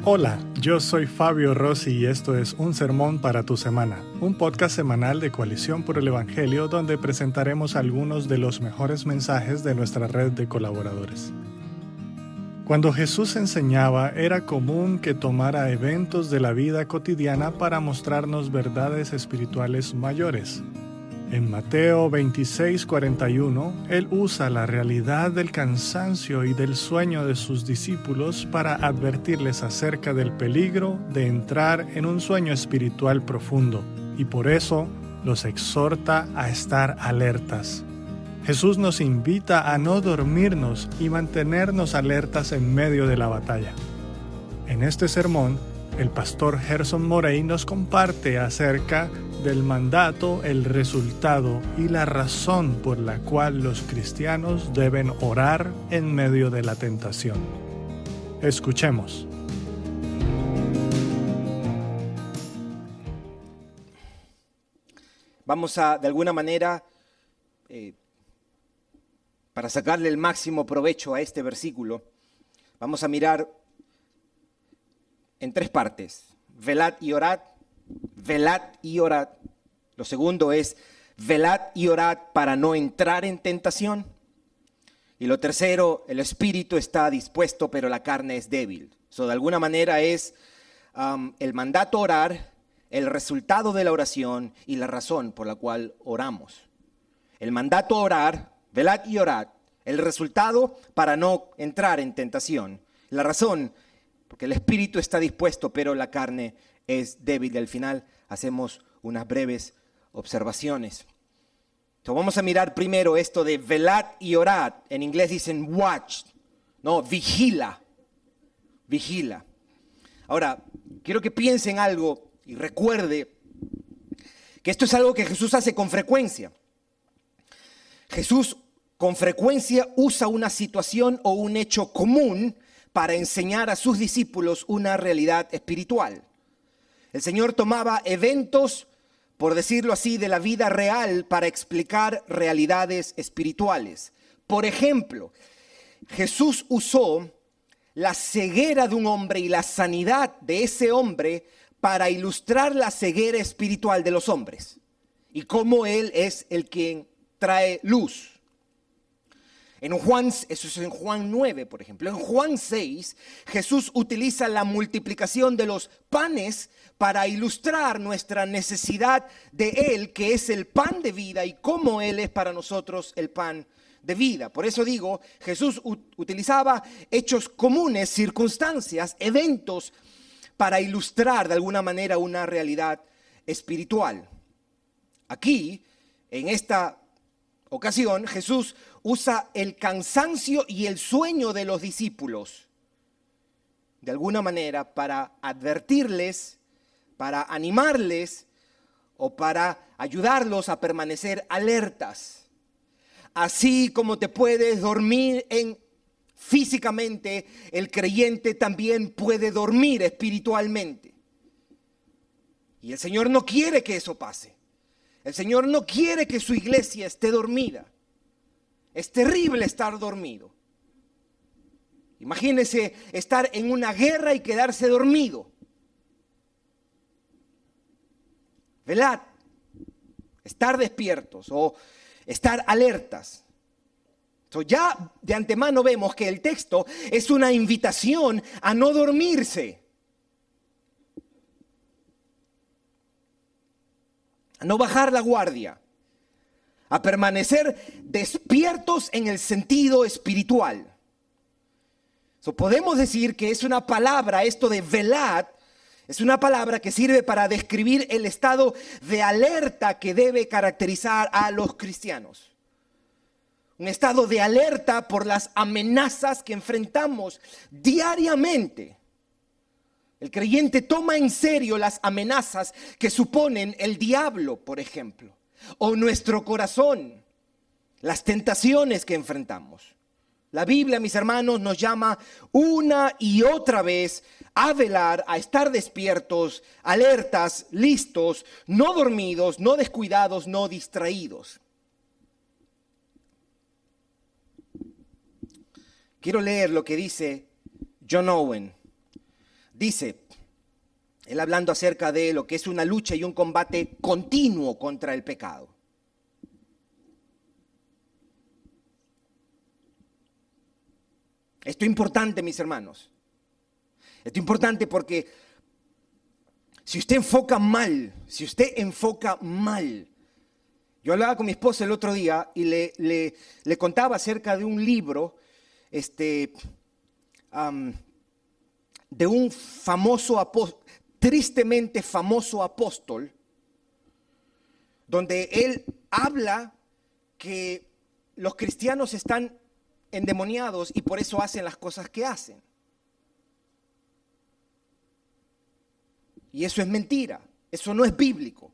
Hola, yo soy Fabio Rossi y esto es Un Sermón para tu Semana, un podcast semanal de Coalición por el Evangelio donde presentaremos algunos de los mejores mensajes de nuestra red de colaboradores. Cuando Jesús enseñaba, era común que tomara eventos de la vida cotidiana para mostrarnos verdades espirituales mayores. En Mateo 26:41, Él usa la realidad del cansancio y del sueño de sus discípulos para advertirles acerca del peligro de entrar en un sueño espiritual profundo, y por eso los exhorta a estar alertas. Jesús nos invita a no dormirnos y mantenernos alertas en medio de la batalla. En este sermón, el pastor Gerson Morey nos comparte acerca del mandato, el resultado y la razón por la cual los cristianos deben orar en medio de la tentación. Escuchemos. Vamos a, de alguna manera, para sacarle el máximo provecho a este versículo, vamos a mirar en tres partes. Velad y orad. Velad y orad. Lo segundo es velad y orad para no entrar en tentación. Y lo tercero, el espíritu está dispuesto, pero la carne es débil. De alguna manera es el mandato orar, el resultado de la oración y la razón por la cual oramos. El mandato orar, velad y orad. El resultado para no entrar en tentación. La razón, porque el espíritu está dispuesto, pero la carne es débil. Y al final hacemos unas breves observaciones. Entonces vamos a mirar primero esto de velad y orad. En inglés dicen watch, no, vigila. Vigila. Ahora, quiero que piensen algo y recuerde que esto es algo que Jesús hace con frecuencia. Jesús con frecuencia usa una situación o un hecho común para enseñar a sus discípulos una realidad espiritual. El Señor tomaba eventos, por decirlo así, de la vida real para explicar realidades espirituales. Por ejemplo, Jesús usó la ceguera de un hombre y la sanidad de ese hombre para ilustrar la ceguera espiritual de los hombres y cómo Él es el quien trae luz. Eso es en Juan 9, por ejemplo. En Juan 6, Jesús utiliza la multiplicación de los panes para ilustrar nuestra necesidad de Él, que es el pan de vida, y cómo Él es para nosotros el pan de vida. Por eso digo, Jesús utilizaba hechos comunes, circunstancias, eventos, para ilustrar de alguna manera una realidad espiritual. Aquí, en esta ocasión, Jesús usa el cansancio y el sueño de los discípulos de alguna manera para advertirles, para animarles o para ayudarlos a permanecer alertas. Así como te puedes dormir físicamente, el creyente también puede dormir espiritualmente. Y el Señor no quiere que eso pase. El Señor no quiere que su iglesia esté dormida. Es terrible estar dormido. Imagínese estar en una guerra y quedarse dormido. Velad, estar despiertos o estar alertas. Ya de antemano vemos que el texto es una invitación a no dormirse, a no bajar la guardia, a permanecer despiertos en el sentido espiritual. Podemos decir que es una palabra, esto de velad, es una palabra que sirve para describir el estado de alerta que debe caracterizar a los cristianos. Un estado de alerta por las amenazas que enfrentamos diariamente. El creyente toma en serio las amenazas que suponen el diablo, por ejemplo, o nuestro corazón, las tentaciones que enfrentamos. La Biblia, mis hermanos, nos llama una y otra vez a velar, a estar despiertos, alertas, listos, no dormidos, no descuidados, no distraídos. Quiero leer lo que dice John Owen. dice, él hablando acerca de lo que es una lucha y un combate continuo contra el pecado. Esto es importante, mis hermanos. Esto es importante porque si usted enfoca mal, yo hablaba con mi esposa el otro día y le contaba acerca de un libro, de un famoso tristemente famoso apóstol, donde él habla que los cristianos están endemoniados y por eso hacen las cosas que hacen. Y eso es mentira, eso no es bíblico.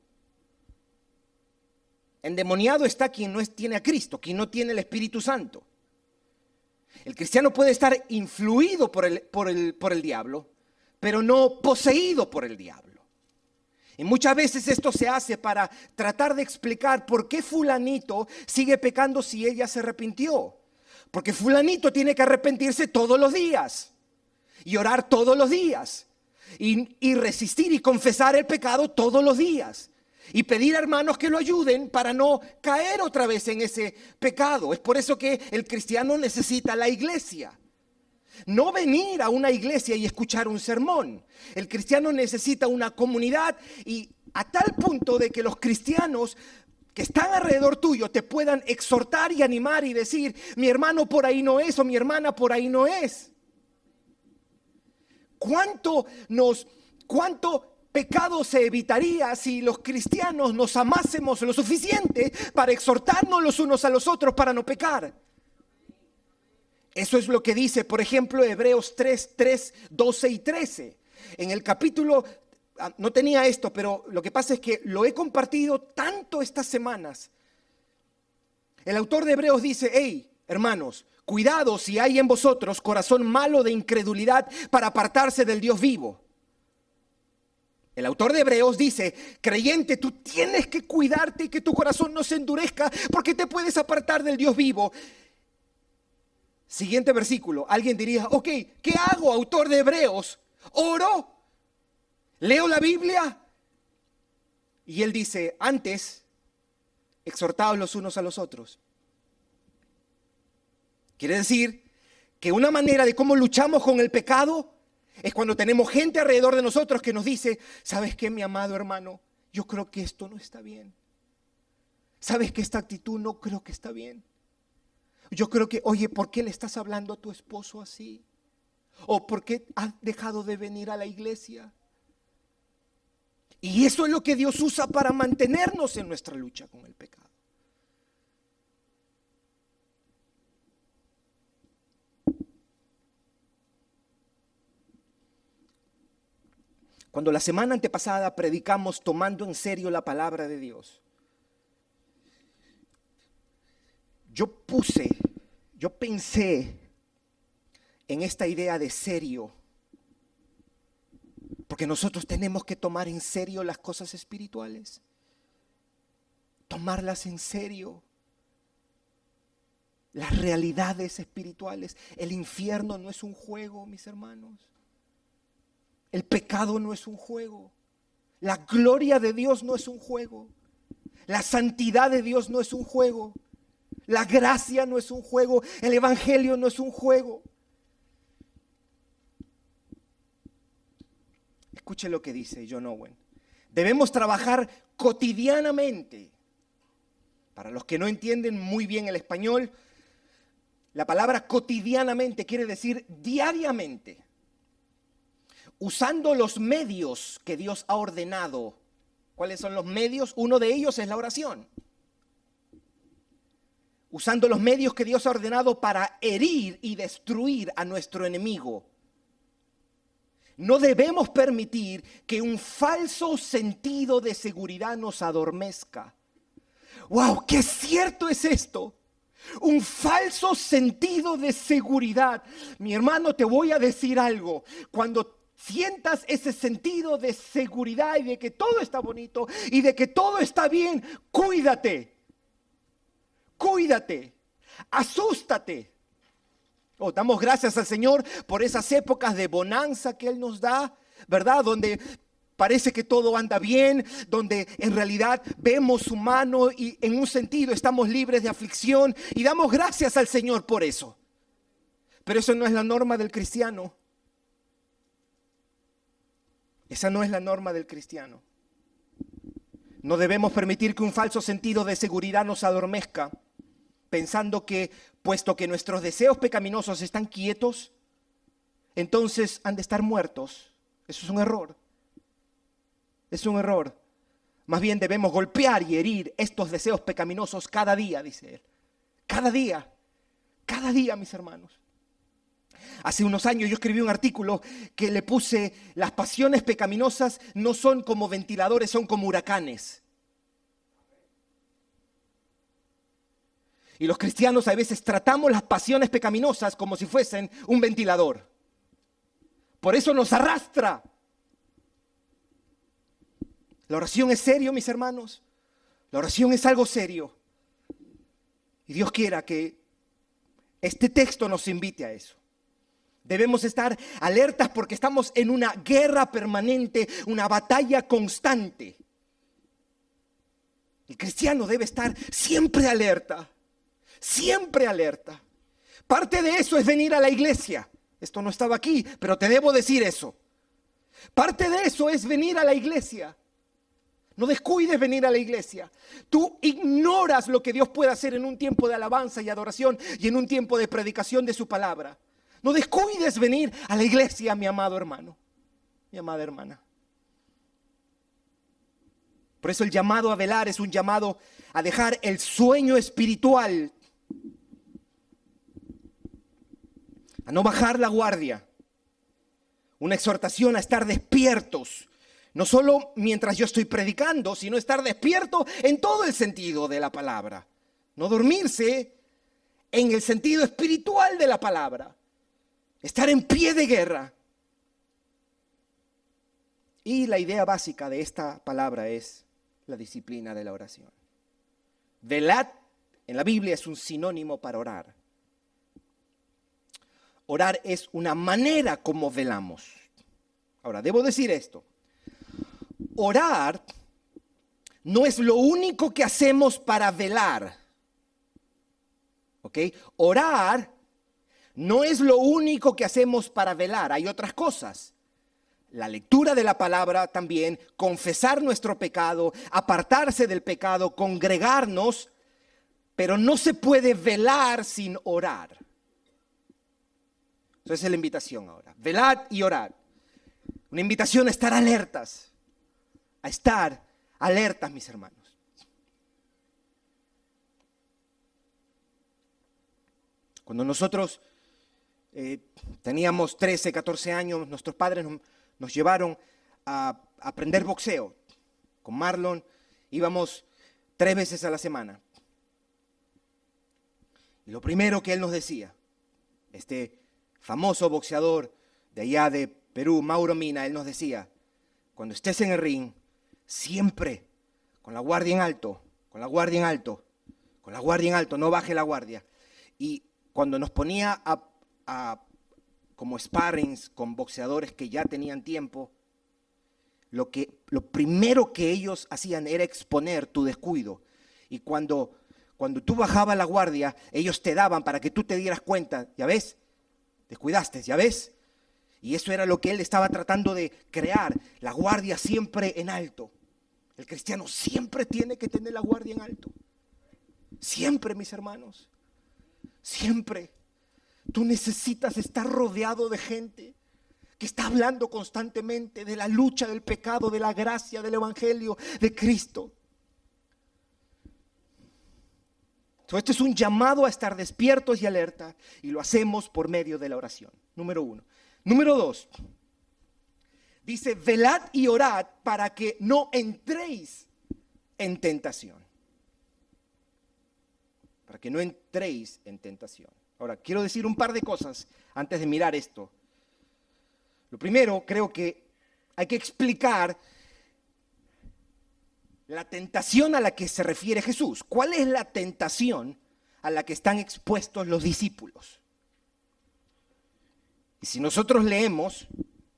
Endemoniado está quien no tiene a Cristo, quien no tiene el Espíritu Santo. El cristiano puede estar influido por el diablo, pero no poseído por el diablo. Y muchas veces esto se hace para tratar de explicar por qué fulanito sigue pecando si ella se arrepintió. Porque fulanito tiene que arrepentirse todos los días y orar todos los días y resistir y confesar el pecado todos los días y pedir a hermanos que lo ayuden para no caer otra vez en ese pecado. Es por eso que el cristiano necesita la iglesia. No venir a una iglesia y escuchar un sermón. El cristiano necesita una comunidad y a tal punto de que los cristianos que están alrededor tuyo te puedan exhortar y animar y decir, mi hermano por ahí no es o mi hermana por ahí no es. ¿Cuánto pecado se evitaría si los cristianos nos amásemos lo suficiente para exhortarnos los unos a los otros para no pecar? Eso es lo que dice, por ejemplo, Hebreos 3, 12 y 13. En el capítulo, no tenía esto, pero lo que pasa es que lo he compartido tanto estas semanas. El autor de Hebreos dice, hey, hermanos, cuidado si hay en vosotros corazón malo de incredulidad para apartarse del Dios vivo. El autor de Hebreos dice, creyente, tú tienes que cuidarte y que tu corazón no se endurezca porque te puedes apartar del Dios vivo. Siguiente versículo, alguien diría, ok, ¿qué hago, autor de Hebreos? ¿Oro? ¿Leo la Biblia? Y él dice, antes, exhortaos los unos a los otros. Quiere decir que una manera de cómo luchamos con el pecado es cuando tenemos gente alrededor de nosotros que nos dice, ¿sabes qué, mi amado hermano? Yo creo que esto no está bien. ¿Sabes que esta actitud no creo que está bien? Yo creo que, oye, ¿por qué le estás hablando a tu esposo así? ¿O por qué has dejado de venir a la iglesia? Y eso es lo que Dios usa para mantenernos en nuestra lucha con el pecado. Cuando la semana antepasada predicamos tomando en serio la palabra de Dios, yo pensé en esta idea de serio, porque nosotros tenemos que tomar en serio las cosas espirituales, tomarlas en serio, las realidades espirituales. El infierno no es un juego, mis hermanos. El pecado no es un juego. La gloria de Dios no es un juego. La santidad de Dios no es un juego. La gracia no es un juego. El evangelio no es un juego. Escuche lo que dice John Owen. Debemos trabajar cotidianamente. Para los que no entienden muy bien el español, la palabra cotidianamente quiere decir diariamente. Usando los medios que Dios ha ordenado. ¿Cuáles son los medios? Uno de ellos es la oración. Usando los medios que Dios ha ordenado para herir y destruir a nuestro enemigo. No debemos permitir que un falso sentido de seguridad nos adormezca. ¡Wow! ¡Qué cierto es esto! Un falso sentido de seguridad. Mi hermano, te voy a decir algo. Cuando sientas ese sentido de seguridad y de que todo está bonito y de que todo está bien, cuídate. Cuídate. Asústate. Oh, damos gracias al Señor por esas épocas de bonanza que Él nos da, ¿verdad? Donde parece que todo anda bien, donde en realidad vemos su mano y en un sentido estamos libres de aflicción y damos gracias al Señor por eso. Pero eso no es la norma del cristiano. Esa no es la norma del cristiano. No debemos permitir que un falso sentido de seguridad nos adormezca, pensando que, puesto que nuestros deseos pecaminosos están quietos, entonces han de estar muertos. Eso es un error. Es un error. Más bien debemos golpear y herir estos deseos pecaminosos cada día, dice él. Cada día, mis hermanos. Hace unos años yo escribí un artículo que le puse: las pasiones pecaminosas no son como ventiladores, son como huracanes. Y los cristianos a veces tratamos las pasiones pecaminosas como si fuesen un ventilador. Por eso nos arrastra. La oración es serio, mis hermanos. La oración es algo serio. Y Dios quiera que este texto nos invite a eso. Debemos estar alertas porque estamos en una guerra permanente, una batalla constante. El cristiano debe estar siempre alerta. Siempre alerta. Parte de eso es venir a la iglesia. Esto no estaba aquí, pero te debo decir eso. Parte de eso es venir a la iglesia. No descuides venir a la iglesia. Tú ignoras lo que Dios puede hacer en un tiempo de alabanza y adoración y en un tiempo de predicación de su palabra. No descuides venir a la iglesia, mi amado hermano, mi amada hermana. Por eso el llamado a velar es un llamado a dejar el sueño espiritual, a no bajar la guardia. Una exhortación a estar despiertos, no solo mientras yo estoy predicando, sino estar despierto en todo el sentido de la palabra. No dormirse en el sentido espiritual de la palabra. Estar en pie de guerra. Y la idea básica de esta palabra es la disciplina de la oración. Velad en la Biblia es un sinónimo para orar. Orar es una manera como velamos. Ahora, debo decir esto. Orar no es lo único que hacemos para velar. ¿Ok? Orar no es lo único que hacemos para velar. Hay otras cosas. La lectura de la palabra también, confesar nuestro pecado, apartarse del pecado, congregarnos, pero no se puede velar sin orar. Esa es la invitación ahora. Velad y orad. Una invitación a estar alertas. A estar alertas, mis hermanos. Cuando nosotros teníamos 13, 14 años, nuestros padres nos llevaron a aprender boxeo. Con Marlon íbamos 3 veces a la semana. Y lo primero que él nos decía, este famoso boxeador de allá de Perú, Mauro Mina, él nos decía: cuando estés en el ring, siempre con la guardia en alto, con la guardia en alto, con la guardia en alto, no baje la guardia. Y cuando nos ponía como sparrings con boxeadores que ya tenían tiempo, lo primero que ellos hacían era exponer tu descuido. Y cuando tú bajabas la guardia, ellos te daban para que tú te dieras cuenta, ¿ya ves? Descuidaste, ¿ya ves? Y eso era lo que él estaba tratando de crear, la guardia siempre en alto. El cristiano siempre tiene que tener la guardia en alto. Siempre, mis hermanos. Siempre. Tú necesitas estar rodeado de gente que está hablando constantemente de la lucha del pecado, de la gracia, del evangelio de Cristo. Esto es un llamado a estar despiertos y alerta, y lo hacemos por medio de la oración. Número 1. Número 2. Dice: velad y orad para que no entréis en tentación. Para que no entréis en tentación. Ahora, quiero decir un par de cosas antes de mirar esto. Lo primero, creo que hay que explicar la tentación a la que se refiere Jesús. ¿Cuál es la tentación a la que están expuestos los discípulos? Y si nosotros leemos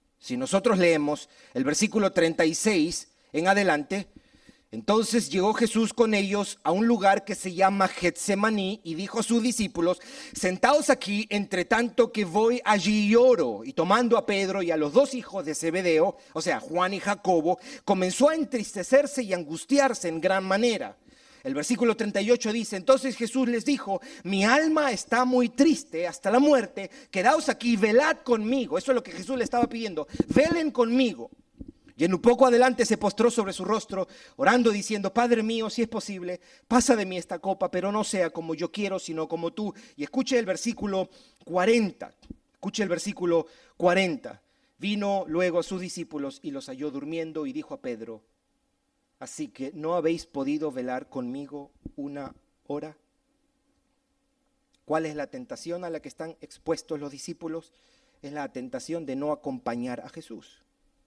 el versículo 36 en adelante, entonces llegó Jesús con ellos a un lugar que se llama Getsemaní y dijo a sus discípulos: sentaos aquí, entre tanto que voy allí y oro. Y tomando a Pedro y a los dos hijos de Zebedeo, o sea, Juan y Jacobo, comenzó a entristecerse y angustiarse en gran manera. El versículo 38 dice: entonces Jesús les dijo: mi alma está muy triste hasta la muerte, quedaos aquí, velad conmigo. Eso es lo que Jesús le estaba pidiendo: velen conmigo. Y en un poco adelante se postró sobre su rostro, orando, diciendo: Padre mío, si es posible, pasa de mí esta copa, pero no sea como yo quiero, sino como tú. Y escuche el versículo 40. Escuche el versículo 40. Vino luego a sus discípulos y los halló durmiendo y dijo a Pedro: así que ¿no habéis podido velar conmigo una hora? ¿Cuál es la tentación a la que están expuestos los discípulos? Es la tentación de no acompañar a Jesús.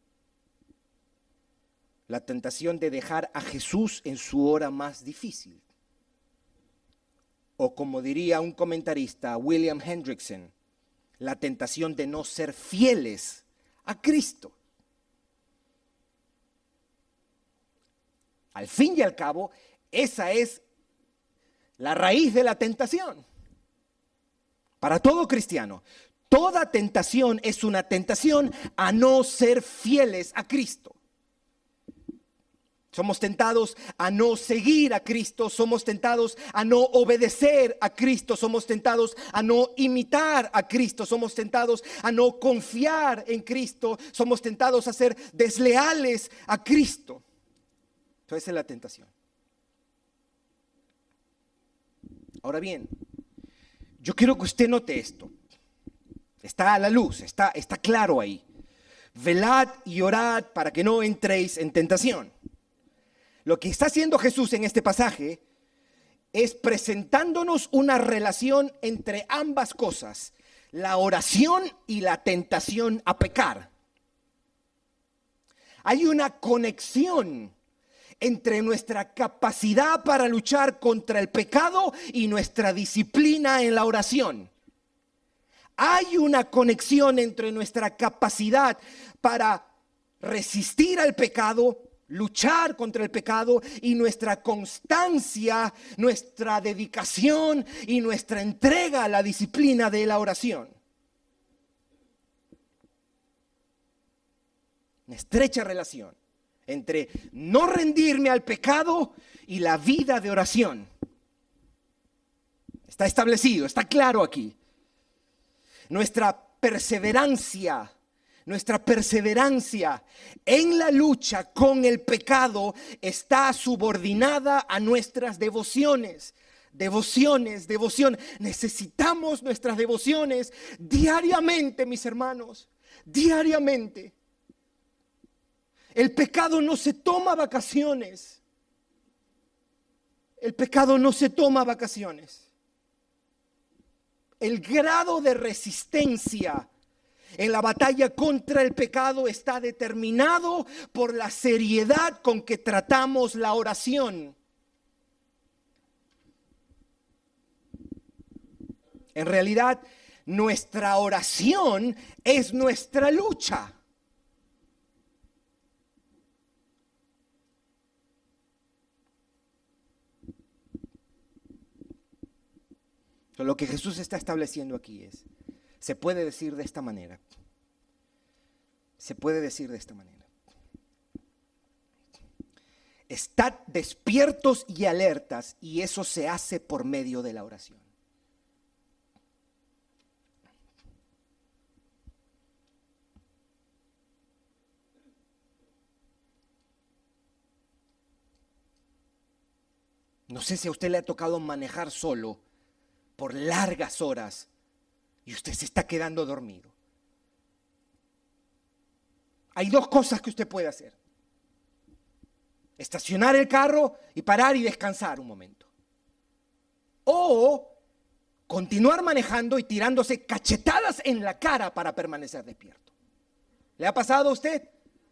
La tentación de dejar a Jesús en su hora más difícil. O como diría un comentarista, William Hendrickson, la tentación de no ser fieles a Cristo. Al fin y al cabo, esa es la raíz de la tentación. Para todo cristiano, toda tentación es una tentación a no ser fieles a Cristo. Somos tentados a no seguir a Cristo, somos tentados a no obedecer a Cristo, somos tentados a no imitar a Cristo, somos tentados a no confiar en Cristo, somos tentados a ser desleales a Cristo. Entonces esa es la tentación. Ahora bien, yo quiero que usted note esto. Está a la luz, está claro ahí. Velad y orad para que no entréis en tentación. Lo que está haciendo Jesús en este pasaje es presentándonos una relación entre ambas cosas, la oración y la tentación a pecar. Hay una conexión entre nuestra capacidad para luchar contra el pecado y nuestra disciplina en la oración. Hay una conexión entre nuestra capacidad para resistir al pecado, luchar contra el pecado, y nuestra constancia, nuestra dedicación y nuestra entrega a la disciplina de la oración. Una estrecha relación entre no rendirme al pecado y la vida de oración. Está establecido, está claro aquí. Nuestra perseverancia en la lucha con el pecado está subordinada a nuestras devociones. Necesitamos nuestras devociones diariamente, mis hermanos, diariamente. El pecado no se toma vacaciones. El pecado no se toma vacaciones. El grado de resistencia en la batalla contra el pecado está determinado por la seriedad con que tratamos la oración. En realidad, nuestra oración es nuestra lucha. Lo que Jesús está estableciendo aquí es, se puede decir de esta manera. Se puede decir de esta manera. Estad despiertos y alertas, y eso se hace por medio de la oración. No sé si a usted le ha tocado manejar solo por largas horas y usted se está quedando dormido. Hay dos cosas que usted puede hacer: estacionar el carro y parar y descansar un momento, o continuar manejando y tirándose cachetadas en la cara para permanecer despierto. ¿Le ha pasado a usted?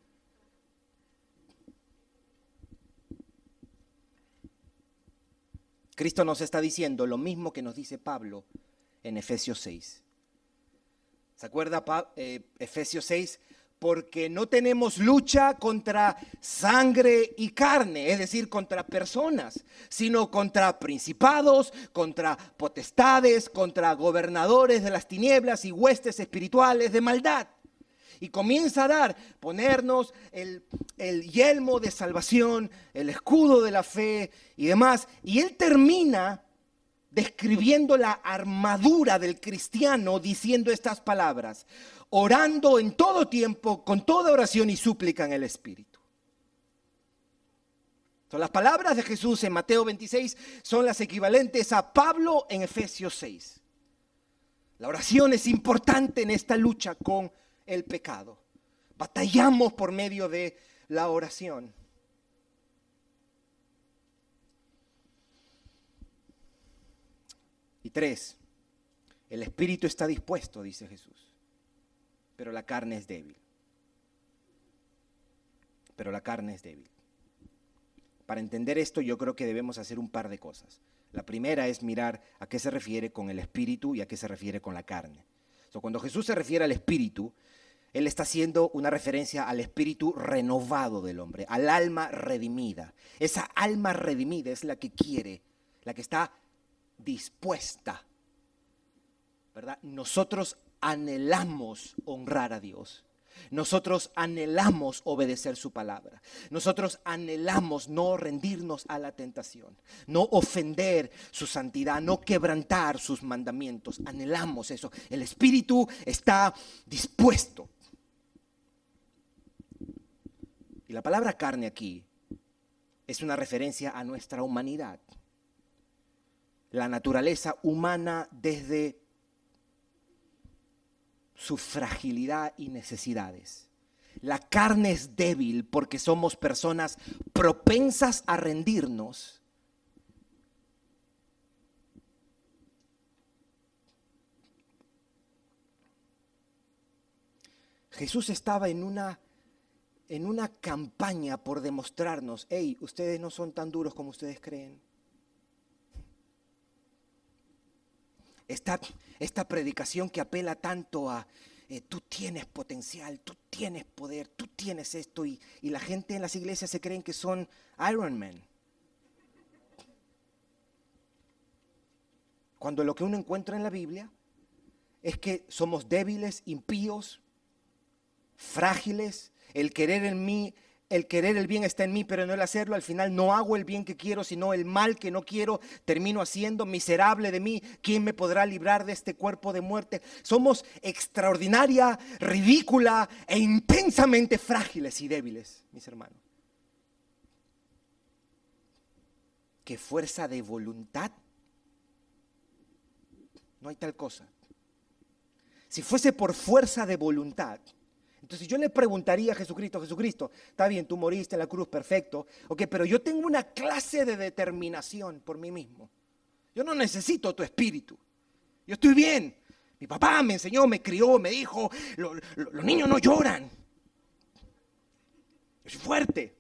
Cristo nos está diciendo lo mismo que nos dice Pablo en Efesios 6. ¿Se acuerda Efesios 6? Porque no tenemos lucha contra sangre y carne, es decir, contra personas, sino contra principados, contra potestades, contra gobernadores de las tinieblas y huestes espirituales de maldad. Y comienza a ponernos el yelmo de salvación, el escudo de la fe y demás. Y él termina describiendo la armadura del cristiano diciendo estas palabras: orando en todo tiempo, con toda oración y súplica en el Espíritu. Son las palabras de Jesús en Mateo 26, son las equivalentes a Pablo en Efesios 6. La oración es importante en esta lucha con el pecado. Batallamos por medio de la oración. Y 3, el espíritu está dispuesto, dice Jesús, pero la carne es débil. Pero la carne es débil. Para entender esto, yo creo que debemos hacer un par de cosas. La primera es mirar a qué se refiere con el espíritu y a qué se refiere con la carne. Cuando Jesús se refiere al espíritu, Él está haciendo una referencia al espíritu renovado del hombre, al alma redimida. Esa alma redimida es la que quiere, la que está dispuesta, ¿verdad? Nosotros anhelamos honrar a Dios. Nosotros anhelamos obedecer su palabra. Nosotros anhelamos no rendirnos a la tentación, no ofender su santidad, no quebrantar sus mandamientos. Anhelamos eso. El espíritu está dispuesto. Y la palabra carne aquí es una referencia a nuestra humanidad. La naturaleza humana desde su fragilidad y necesidades. La carne es débil porque somos personas propensas a rendirnos. Jesús estaba en una campaña por demostrarnos: hey, ustedes no son tan duros como ustedes creen. Esta predicación que apela tanto a tú tienes potencial, tú tienes poder, tú tienes esto, y la gente en las iglesias se creen que son Iron Man. Cuando lo que uno encuentra en la Biblia es que somos débiles, impíos, frágiles. El querer el bien está en mí, pero no el hacerlo. Al final no hago el bien que quiero, sino el mal que no quiero termino haciendo. Miserable de mí, ¿quién me podrá librar de este cuerpo de muerte? Somos extraordinaria, ridícula e intensamente frágiles y débiles, mis hermanos. ¿Qué fuerza de voluntad? No hay tal cosa. Si fuese por fuerza de voluntad, entonces yo le preguntaría a Jesucristo: Jesucristo, está bien, tú moriste en la cruz, perfecto, ok, pero yo tengo una clase de determinación por mí mismo. Yo no necesito tu espíritu. Yo estoy bien. Mi papá me enseñó, me crió, me dijo, los niños no lloran. Yo soy fuerte.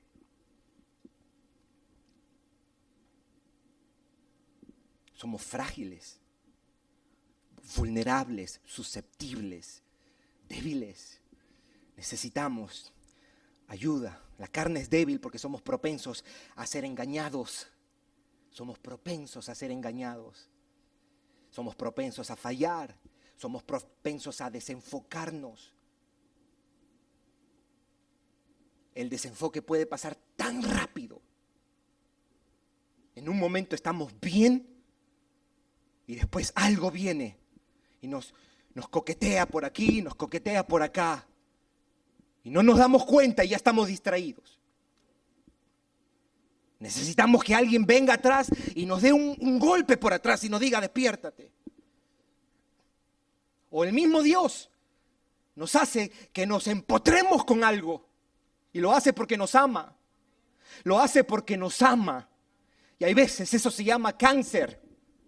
Somos frágiles, vulnerables, susceptibles, débiles. Necesitamos ayuda. La carne es débil porque somos propensos a ser engañados. Somos propensos a ser engañados. Somos propensos a fallar. Somos propensos a desenfocarnos. El desenfoque puede pasar tan rápido. En un momento estamos bien y después algo viene y nos coquetea por aquí, nos coquetea por acá. Y no nos damos cuenta y ya estamos distraídos. Necesitamos que alguien venga atrás y nos dé un golpe por atrás y nos diga: despiértate. O el mismo Dios nos hace que nos empotremos con algo. Y lo hace porque nos ama. Lo hace porque nos ama. Y hay veces eso se llama cáncer.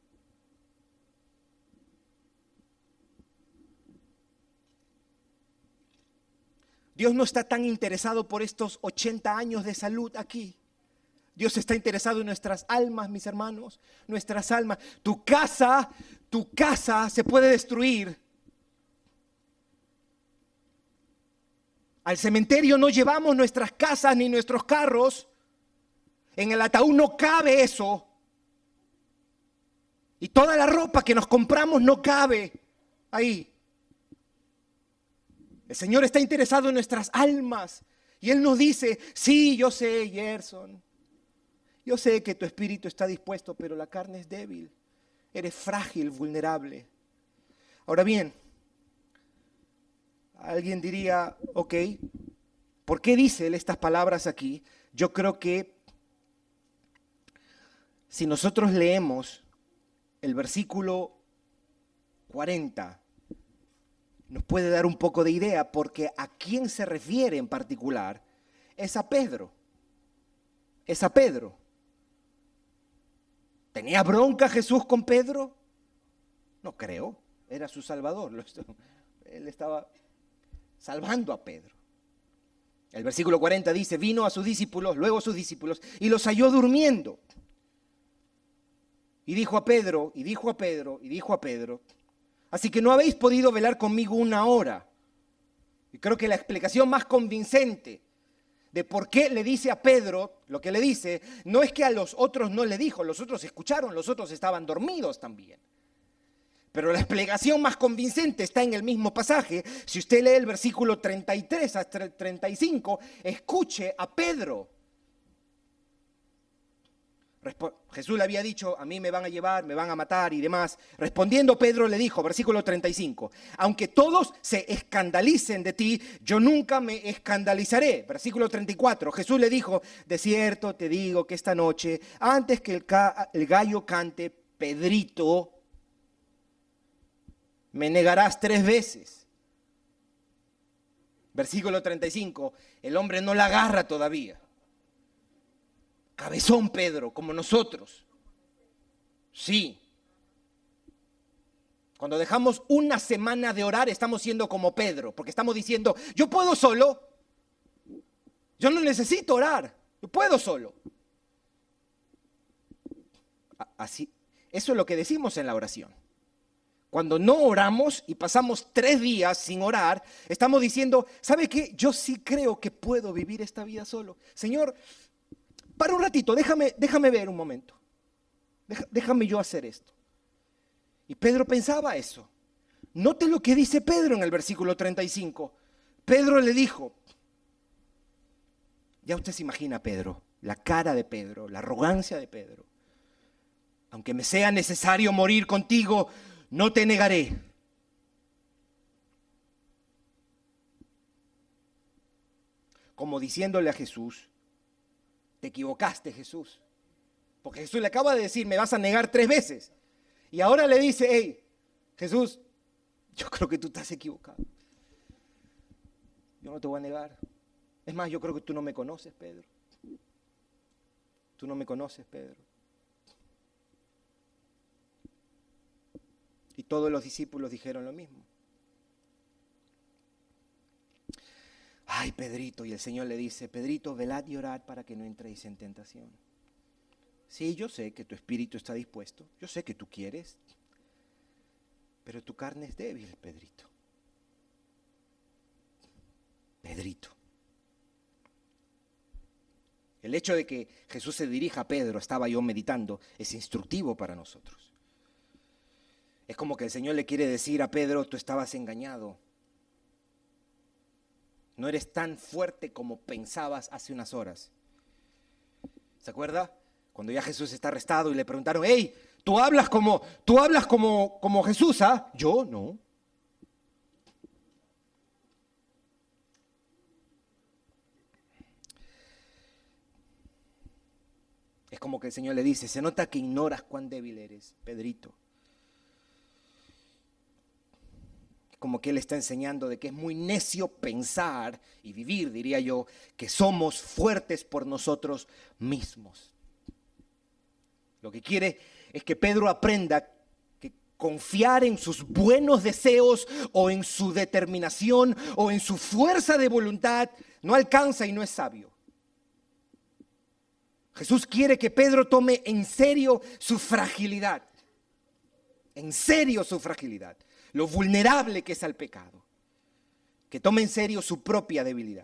Dios no está tan interesado por estos 80 años de salud aquí. Dios está interesado en nuestras almas, mis hermanos, nuestras almas. Tu casa se puede destruir, Al cementerio no llevamos nuestras casas ni nuestros carros. En el ataúd no cabe eso. Y toda la ropa que nos compramos no cabe ahí. El Señor está interesado en nuestras almas. Y Él nos dice, sí, yo sé, Gerson. Yo sé que tu espíritu está dispuesto, pero la carne es débil. Eres frágil, vulnerable. Ahora bien, alguien diría, ok, ¿por qué dice Él estas palabras aquí? Yo creo que si nosotros leemos el versículo 40, nos puede dar un poco de idea, porque a quién se refiere en particular es a Pedro. Es a Pedro. ¿Tenía bronca Jesús con Pedro? No creo, era su salvador. Él estaba salvando a Pedro. El versículo 40 dice, vino a sus discípulos, luego a sus discípulos, y los halló durmiendo. Y dijo a Pedro, y dijo a Pedro, y dijo a Pedro, así que no habéis podido velar conmigo una hora. Y creo que la explicación más convincente de por qué le dice a Pedro lo que le dice, no es que a los otros no le dijo, los otros escucharon, los otros estaban dormidos también. Pero la explicación más convincente está en el mismo pasaje. Si usted lee el versículo 33 hasta el 35, escuche a Pedro. Jesús le había dicho, a mí me van a llevar, me van a matar y demás. Respondiendo Pedro le dijo, versículo 35, aunque todos se escandalicen de ti, yo nunca me escandalizaré. Versículo 34, Jesús le dijo, de cierto te digo que esta noche, antes que el gallo cante, Pedrito, me negarás 3 veces. Versículo 35, el hombre no la agarra todavía. Cabezón Pedro, como nosotros. Sí. Cuando dejamos una semana de orar, estamos siendo como Pedro, porque estamos diciendo, yo puedo solo. Yo no necesito orar, yo puedo solo. Así, eso es lo que decimos en la oración. Cuando no oramos y pasamos 3 días sin orar, estamos diciendo, ¿sabe qué? Yo sí creo que puedo vivir esta vida solo. Señor, para un ratito, déjame ver un momento. Déjame yo hacer esto. Y Pedro pensaba eso. Note lo que dice Pedro en el versículo 35. Pedro le dijo, ya usted se imagina a Pedro, la cara de Pedro, la arrogancia de Pedro. Aunque me sea necesario morir contigo, no te negaré. Como diciéndole a Jesús, te equivocaste, Jesús. Porque Jesús le acaba de decir, me vas a negar 3 veces. Y ahora le dice, hey, Jesús, yo creo que tú estás equivocado. Yo no te voy a negar. Es más, yo creo que tú no me conoces, Pedro. Tú no me conoces, Pedro. Y todos los discípulos dijeron lo mismo. Ay, Pedrito, y el Señor le dice, Pedrito, velad y orad para que no entréis en tentación. Sí, yo sé que tu espíritu está dispuesto, yo sé que tú quieres, pero tu carne es débil, Pedrito. Pedrito. El hecho de que Jesús se dirija a Pedro, estaba yo meditando, es instructivo para nosotros. Es como que el Señor le quiere decir a Pedro, tú estabas engañado. No eres tan fuerte como pensabas hace unas horas. ¿Se acuerda? Cuando ya Jesús está arrestado y le preguntaron, hey, tú hablas como Jesús, ¿ah? Yo no. Es como que el Señor le dice, se nota que ignoras cuán débil eres, Pedrito. Como que Él está enseñando de que es muy necio pensar y vivir, diría yo, que somos fuertes por nosotros mismos. Lo que quiere es que Pedro aprenda que confiar en sus buenos deseos o en su determinación o en su fuerza de voluntad no alcanza y no es sabio. Jesús quiere que Pedro tome en serio su fragilidad. En serio su fragilidad. Lo vulnerable que es al pecado. que tome en serio su propia debilidad.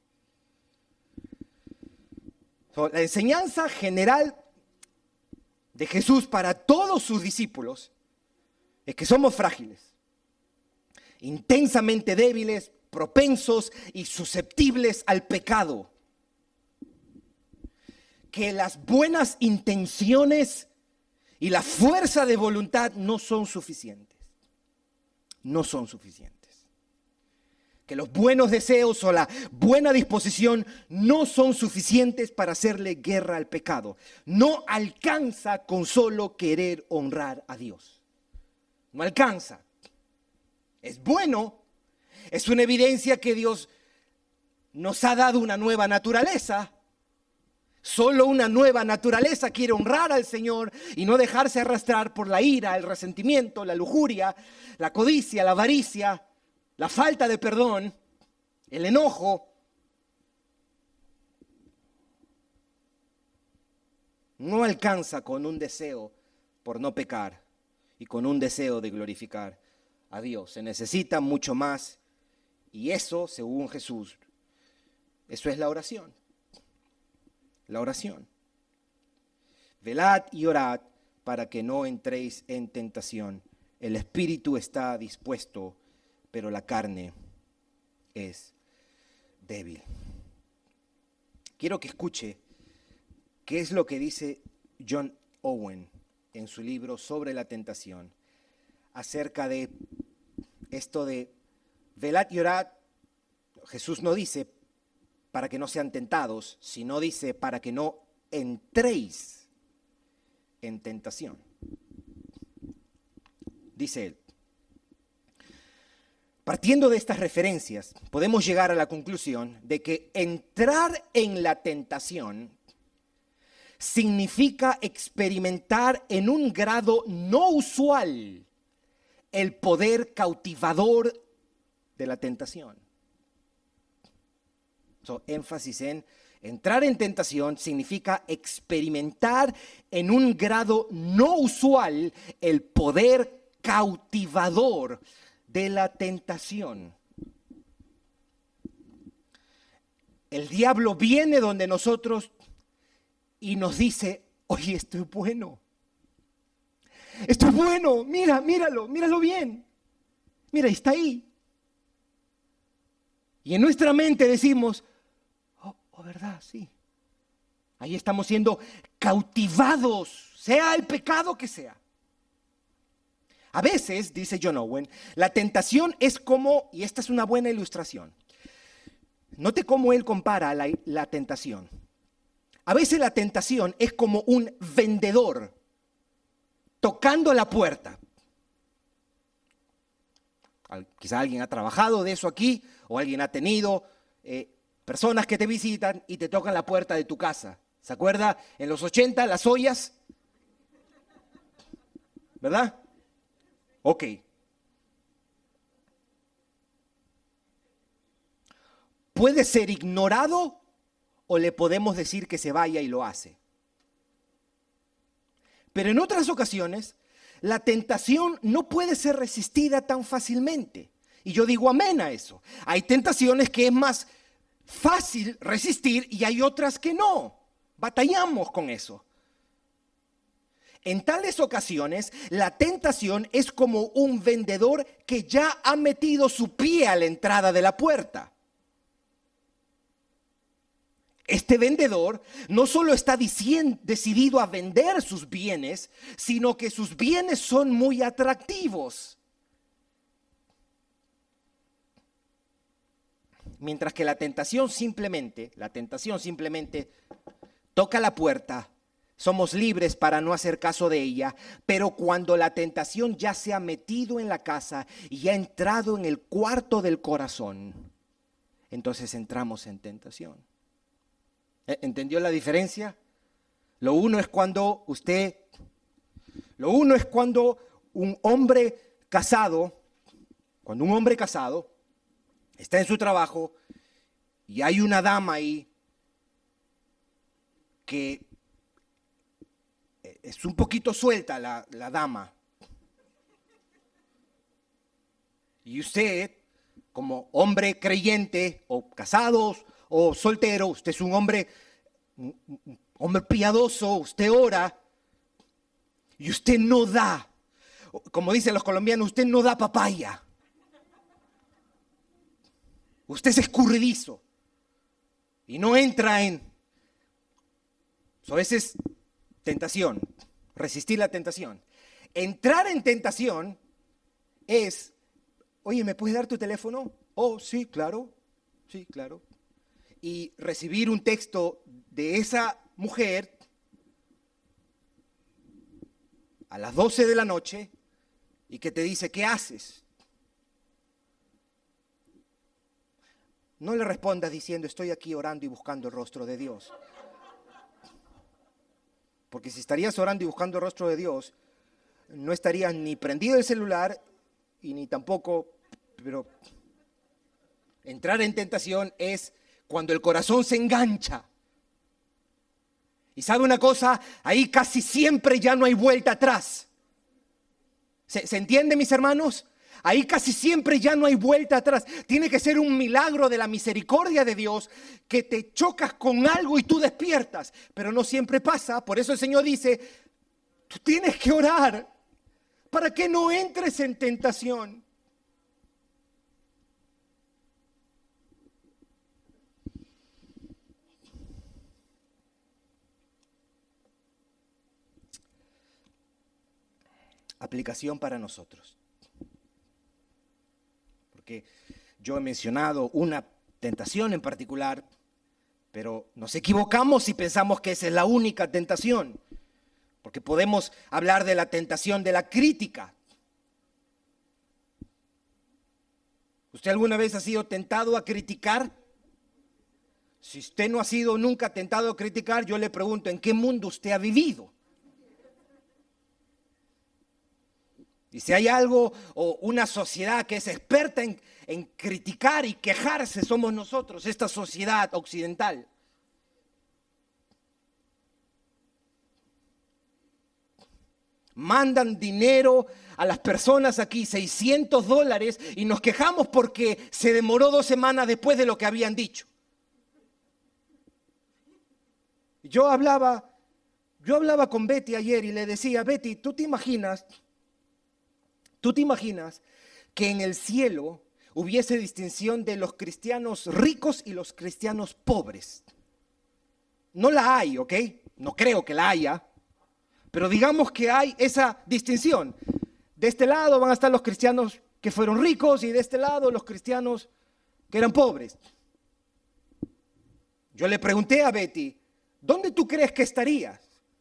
La enseñanza general de Jesús para todos sus discípulos es que somos frágiles, intensamente débiles, propensos y susceptibles al pecado. Que las buenas intenciones y la fuerza de voluntad no son suficientes. No son suficientes. Que los buenos deseos o la buena disposición no son suficientes para hacerle guerra al pecado. No alcanza con solo querer honrar a Dios. No alcanza. Es bueno. Es una evidencia que Dios nos ha dado una nueva naturaleza. Solo una nueva naturaleza quiere honrar al Señor y no dejarse arrastrar por la ira, el resentimiento, la lujuria, la codicia, la avaricia, la falta de perdón, el enojo. No alcanza con un deseo por no pecar y con un deseo de glorificar a Dios. Se necesita mucho más y eso, según Jesús, eso es la oración. La oración. Velad y orad para que no entréis en tentación. El espíritu está dispuesto, pero la carne es débil. Quiero que escuche qué es lo que dice John Owen en su libro sobre la tentación acerca de esto de velad y orad. Jesús no dice para que no sean tentados, sino dice para que no entréis en tentación. Dice él. Partiendo de estas referencias, podemos llegar a la conclusión de que entrar en la tentación significa experimentar en un grado no usual el poder cautivador de la tentación. Énfasis en entrar en tentación significa experimentar en un grado no usual el poder cautivador de la tentación. El diablo viene donde nosotros y nos dice, oye, esto es bueno. Esto es bueno, míralo bien. Mira, está ahí. Y en nuestra mente decimos, oh, ¿verdad? Sí. Ahí estamos siendo cautivados, sea el pecado que sea. A veces, dice John Owen, la tentación es como, y esta es una buena ilustración, note cómo él compara la tentación. A veces la tentación es como un vendedor tocando la puerta. Quizá alguien ha trabajado de eso aquí, o alguien ha tenido personas que te visitan y te tocan la puerta de tu casa. ¿Se acuerda? En los 80, las ollas. ¿Verdad? Ok. Puede ser ignorado o le podemos decir que se vaya y lo hace. Pero en otras ocasiones, la tentación no puede ser resistida tan fácilmente. Y yo digo amén a eso. Hay tentaciones que es más fácil resistir y hay otras que no. Batallamos con eso. En tales ocasiones, la tentación es como un vendedor que ya ha metido su pie a la entrada de la puerta. Este vendedor no solo está decidido a vender sus bienes, sino que sus bienes son muy atractivos. Mientras que la tentación simplemente toca la puerta, somos libres para no hacer caso de ella, pero cuando la tentación ya se ha metido en la casa y ha entrado en el cuarto del corazón, entonces entramos en tentación. ¿Entendió la diferencia? Lo uno es cuando un hombre casado está en su trabajo y hay una dama ahí que es un poquito suelta la dama. Y usted como hombre creyente o casados o soltero, usted es un hombre piadoso, usted ora y usted no da, como dicen los colombianos, usted no da papaya. Usted es escurridizo y no entra en... So, esa es tentación, resistir la tentación. Entrar en tentación es, oye, ¿me puedes dar tu teléfono? Oh, sí, claro, sí, claro. Y recibir un texto de esa mujer a las 12 de la noche y que te dice, ¿qué haces? No le respondas diciendo, estoy aquí orando y buscando el rostro de Dios. Porque si estarías orando y buscando el rostro de Dios, no estarías ni prendido el celular y ni tampoco, pero entrar en tentación es cuando el corazón se engancha. Y sabe una cosa, ahí casi siempre ya no hay vuelta atrás. ¿Se entiende, mis hermanos? Ahí casi siempre ya no hay vuelta atrás. Tiene que ser un milagro de la misericordia de Dios que te chocas con algo y tú despiertas. Pero no siempre pasa. Por eso el Señor dice, tú tienes que orar para que no entres en tentación. Aplicación para nosotros. Porque yo he mencionado una tentación en particular, pero nos equivocamos si pensamos que esa es la única tentación. Porque podemos hablar de la tentación de la crítica. ¿Usted alguna vez ha sido tentado a criticar? Si usted no ha sido nunca tentado a criticar, yo le pregunto, ¿en qué mundo usted ha vivido? Y si hay algo o una sociedad que es experta en criticar y quejarse, somos nosotros, esta sociedad occidental. Mandan dinero a las personas aquí, $600, y nos quejamos porque se demoró 2 semanas después de lo que habían dicho. Yo hablaba con Betty ayer y le decía, Betty, ¿tú te imaginas que en el cielo hubiese distinción de los cristianos ricos y los cristianos pobres? No la hay, ¿ok? No creo que la haya, pero digamos que hay esa distinción. De este lado van a estar los cristianos que fueron ricos y de este lado los cristianos que eran pobres. Yo le pregunté a Betty, ¿dónde tú crees que estarías?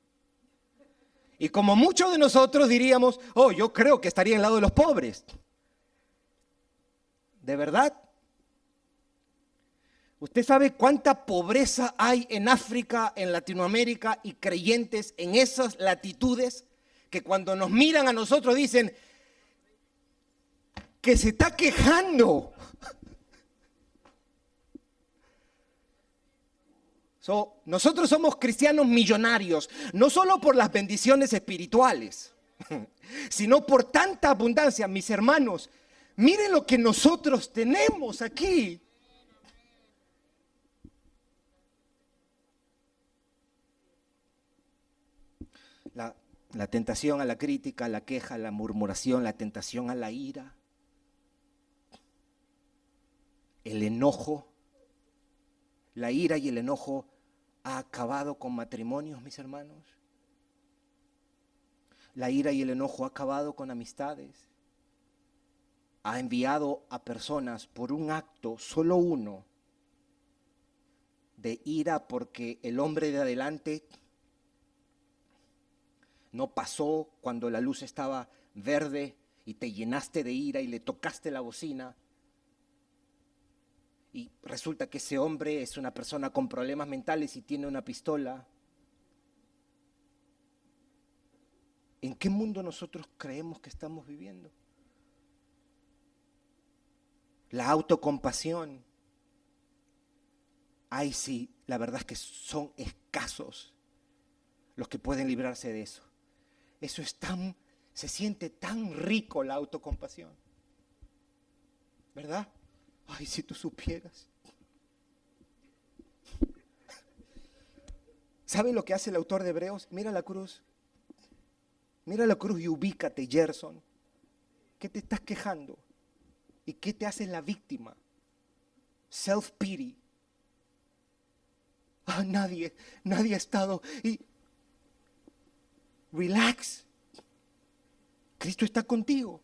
Y como muchos de nosotros diríamos, oh, yo creo que estaría al lado de los pobres. ¿De verdad? ¿Usted sabe cuánta pobreza hay en África, en Latinoamérica y creyentes en esas latitudes que cuando nos miran a nosotros dicen que se está quejando? Nosotros somos cristianos millonarios, no solo por las bendiciones espirituales, sino por tanta abundancia. Mis hermanos, miren lo que nosotros tenemos aquí. La tentación a la crítica, a la queja, a la murmuración, la tentación a la ira, el enojo. La ira y el enojo ha acabado con matrimonios, mis hermanos. La ira y el enojo ha acabado con amistades. Ha enviado a personas por un acto, solo uno, de ira porque el hombre de adelante no pasó cuando la luz estaba verde y te llenaste de ira y le tocaste la bocina. Y resulta que ese hombre es una persona con problemas mentales y tiene una pistola. ¿En qué mundo nosotros creemos que estamos viviendo? La autocompasión. Ay, sí, la verdad es que son escasos los que pueden librarse de eso. Eso es se siente tan rico la autocompasión. ¿Verdad? Ay, si tú supieras. ¿Sabe lo que hace el autor de Hebreos? Mira la cruz. Mira la cruz y ubícate, Gerson. ¿Qué te estás quejando? ¿Y qué te hace la víctima? Self-pity. Ah, nadie ha estado. Y relax. Cristo está contigo.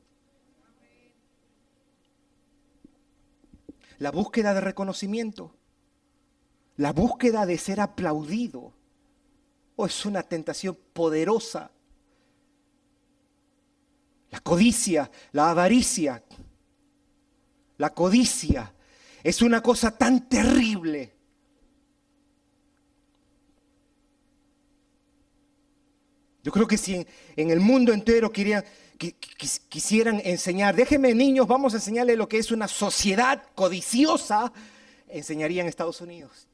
La búsqueda de reconocimiento, la búsqueda de ser aplaudido, es una tentación poderosa. La codicia, la avaricia, la codicia es una cosa tan terrible. Yo creo que si en el mundo entero quisieran enseñar, déjenme niños, vamos a enseñarles lo que es una sociedad codiciosa, enseñarían en Estados Unidos.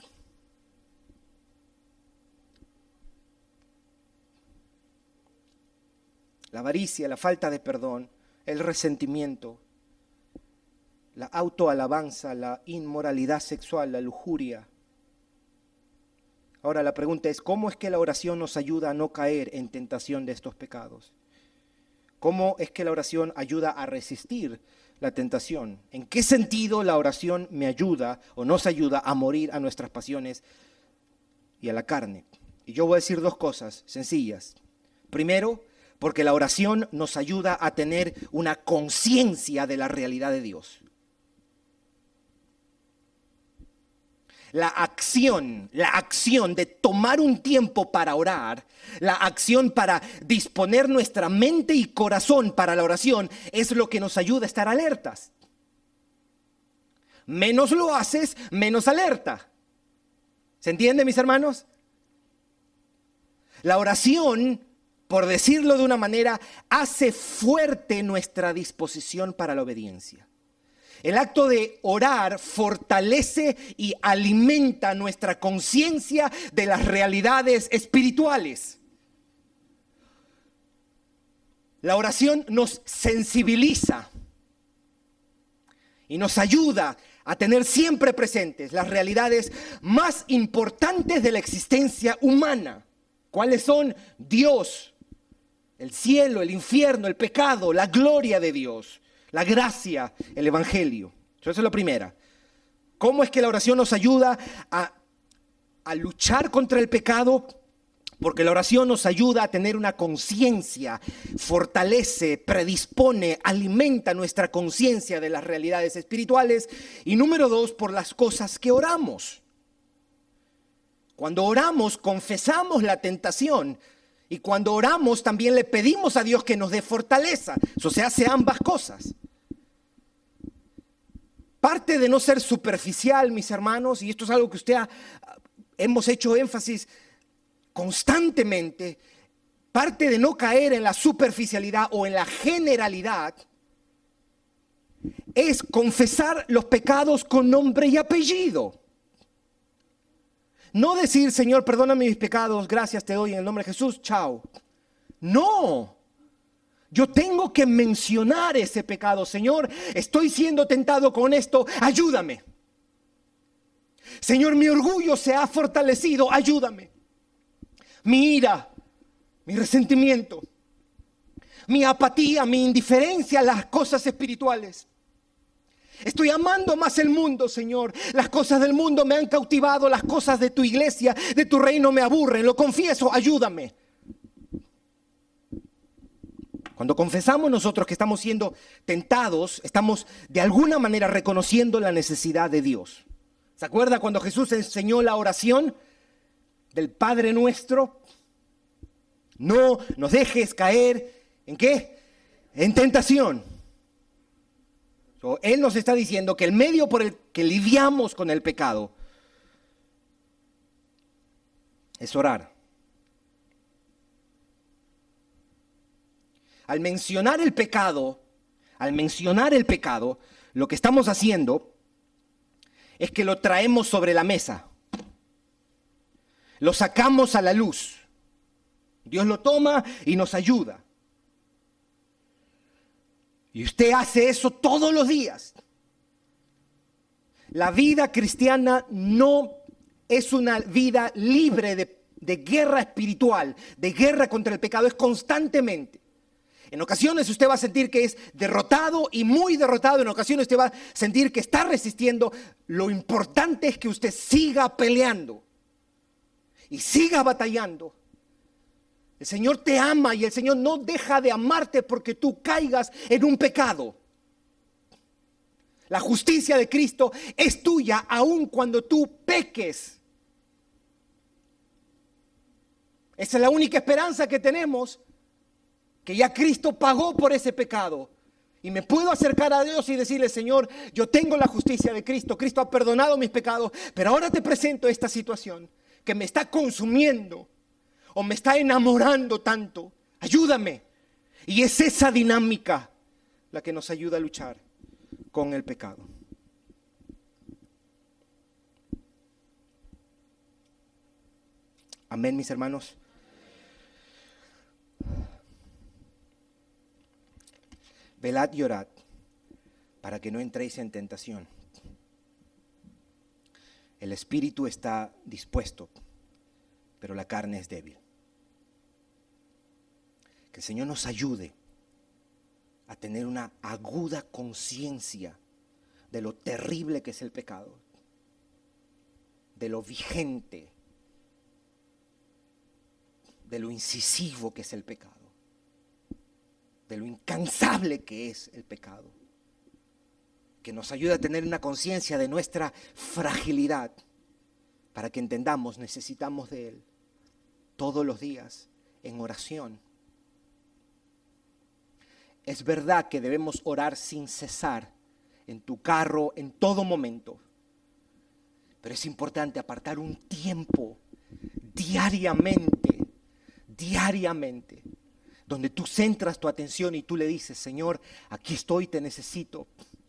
La avaricia, la falta de perdón, el resentimiento, la autoalabanza, la inmoralidad sexual, la lujuria. Ahora la pregunta es, ¿cómo es que la oración nos ayuda a no caer en tentación de estos pecados? ¿Cómo es que la oración ayuda a resistir la tentación? ¿En qué sentido la oración me ayuda o nos ayuda a morir a nuestras pasiones y a la carne? Y yo voy a decir dos cosas sencillas. Primero, porque la oración nos ayuda a tener una conciencia de la realidad de Dios. La acción de tomar un tiempo para orar, la acción para disponer nuestra mente y corazón para la oración es lo que nos ayuda a estar alertas. Menos lo haces, menos alerta. ¿Se entiende, mis hermanos? La oración, por decirlo de una manera, hace fuerte nuestra disposición para la obediencia. El acto de orar fortalece y alimenta nuestra conciencia de las realidades espirituales. La oración nos sensibiliza y nos ayuda a tener siempre presentes las realidades más importantes de la existencia humana. ¿Cuáles son? Dios, el cielo, el infierno, el pecado, la gloria de Dios. La gracia, el evangelio. Eso es lo primero. ¿Cómo es que la oración nos ayuda a luchar contra el pecado? Porque la oración nos ayuda a tener una conciencia, fortalece, predispone, alimenta nuestra conciencia de las realidades espirituales. Y número dos, por las cosas que oramos. Cuando oramos, confesamos la tentación. Y cuando oramos, también le pedimos a Dios que nos dé fortaleza. Eso se hace ambas cosas. Parte de no ser superficial, mis hermanos, y esto es algo que hemos hecho énfasis constantemente, parte de no caer en la superficialidad o en la generalidad, es confesar los pecados con nombre y apellido. No decir, Señor, perdóname mis pecados, gracias te doy en el nombre de Jesús, chao. No. Yo tengo que mencionar ese pecado. Señor, estoy siendo tentado con esto, ayúdame. Señor, mi orgullo se ha fortalecido, ayúdame. Mi ira, mi resentimiento, mi apatía, mi indiferencia a las cosas espirituales. Estoy amando más el mundo, Señor. Las cosas del mundo me han cautivado, las cosas de tu iglesia, de tu reino me aburren. Lo confieso, ayúdame. Cuando confesamos nosotros que estamos siendo tentados, estamos de alguna manera reconociendo la necesidad de Dios. ¿Se acuerda cuando Jesús enseñó la oración del Padre Nuestro? No nos dejes caer, ¿en qué? En tentación. Él nos está diciendo que el medio por el que lidiamos con el pecado es orar. Al mencionar el pecado, lo que estamos haciendo es que lo traemos sobre la mesa. Lo sacamos a la luz. Dios lo toma y nos ayuda. Y usted hace eso todos los días. La vida cristiana no es una vida libre de guerra espiritual, de guerra contra el pecado, es constantemente. En ocasiones usted va a sentir que es derrotado y muy derrotado, en ocasiones usted va a sentir que está resistiendo. Lo importante es que usted siga peleando y siga batallando. El Señor te ama y el Señor no deja de amarte porque tú caigas en un pecado. La justicia de Cristo es tuya aun cuando tú peques. Esa es la única esperanza que tenemos, que ya Cristo pagó por ese pecado. Y me puedo acercar a Dios y decirle: Señor, yo tengo la justicia de Cristo. Cristo ha perdonado mis pecados, pero ahora te presento esta situación que me está consumiendo o me está enamorando tanto. Ayúdame. Y es esa dinámica la que nos ayuda a luchar con el pecado. Amén, mis hermanos. Velad y orad para que no entréis en tentación. El espíritu está dispuesto, pero la carne es débil. Que el Señor nos ayude a tener una aguda conciencia de lo terrible que es el pecado, de lo vigente, de lo incisivo que es el pecado, de lo incansable que es el pecado. Que nos ayude a tener una conciencia de nuestra fragilidad, para que entendamos, necesitamos de Él todos los días en oración. Es verdad que debemos orar sin cesar, en tu carro, en todo momento. Pero es importante apartar un tiempo diariamente, donde tú centras tu atención y tú le dices: Señor, aquí estoy, te necesito.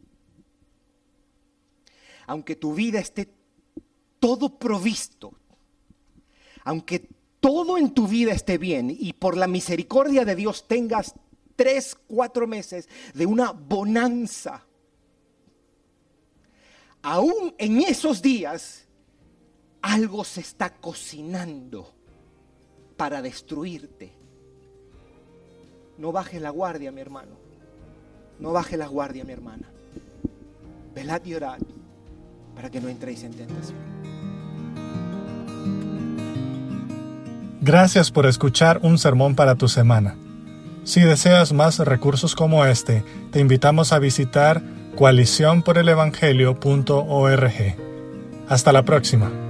Aunque tu vida esté todo provisto, aunque todo en tu vida esté bien y por la misericordia de Dios tengas 3-4 meses de una bonanza, aún en esos días algo se está cocinando para destruirte. No bajes la guardia, mi hermano. No bajes la guardia, mi hermana. Velad y orad para que no entréis en tentación. Gracias por escuchar un sermón para tu semana. Si deseas más recursos como este, te invitamos a visitar coaliciónporelevangelio.org. Hasta la próxima.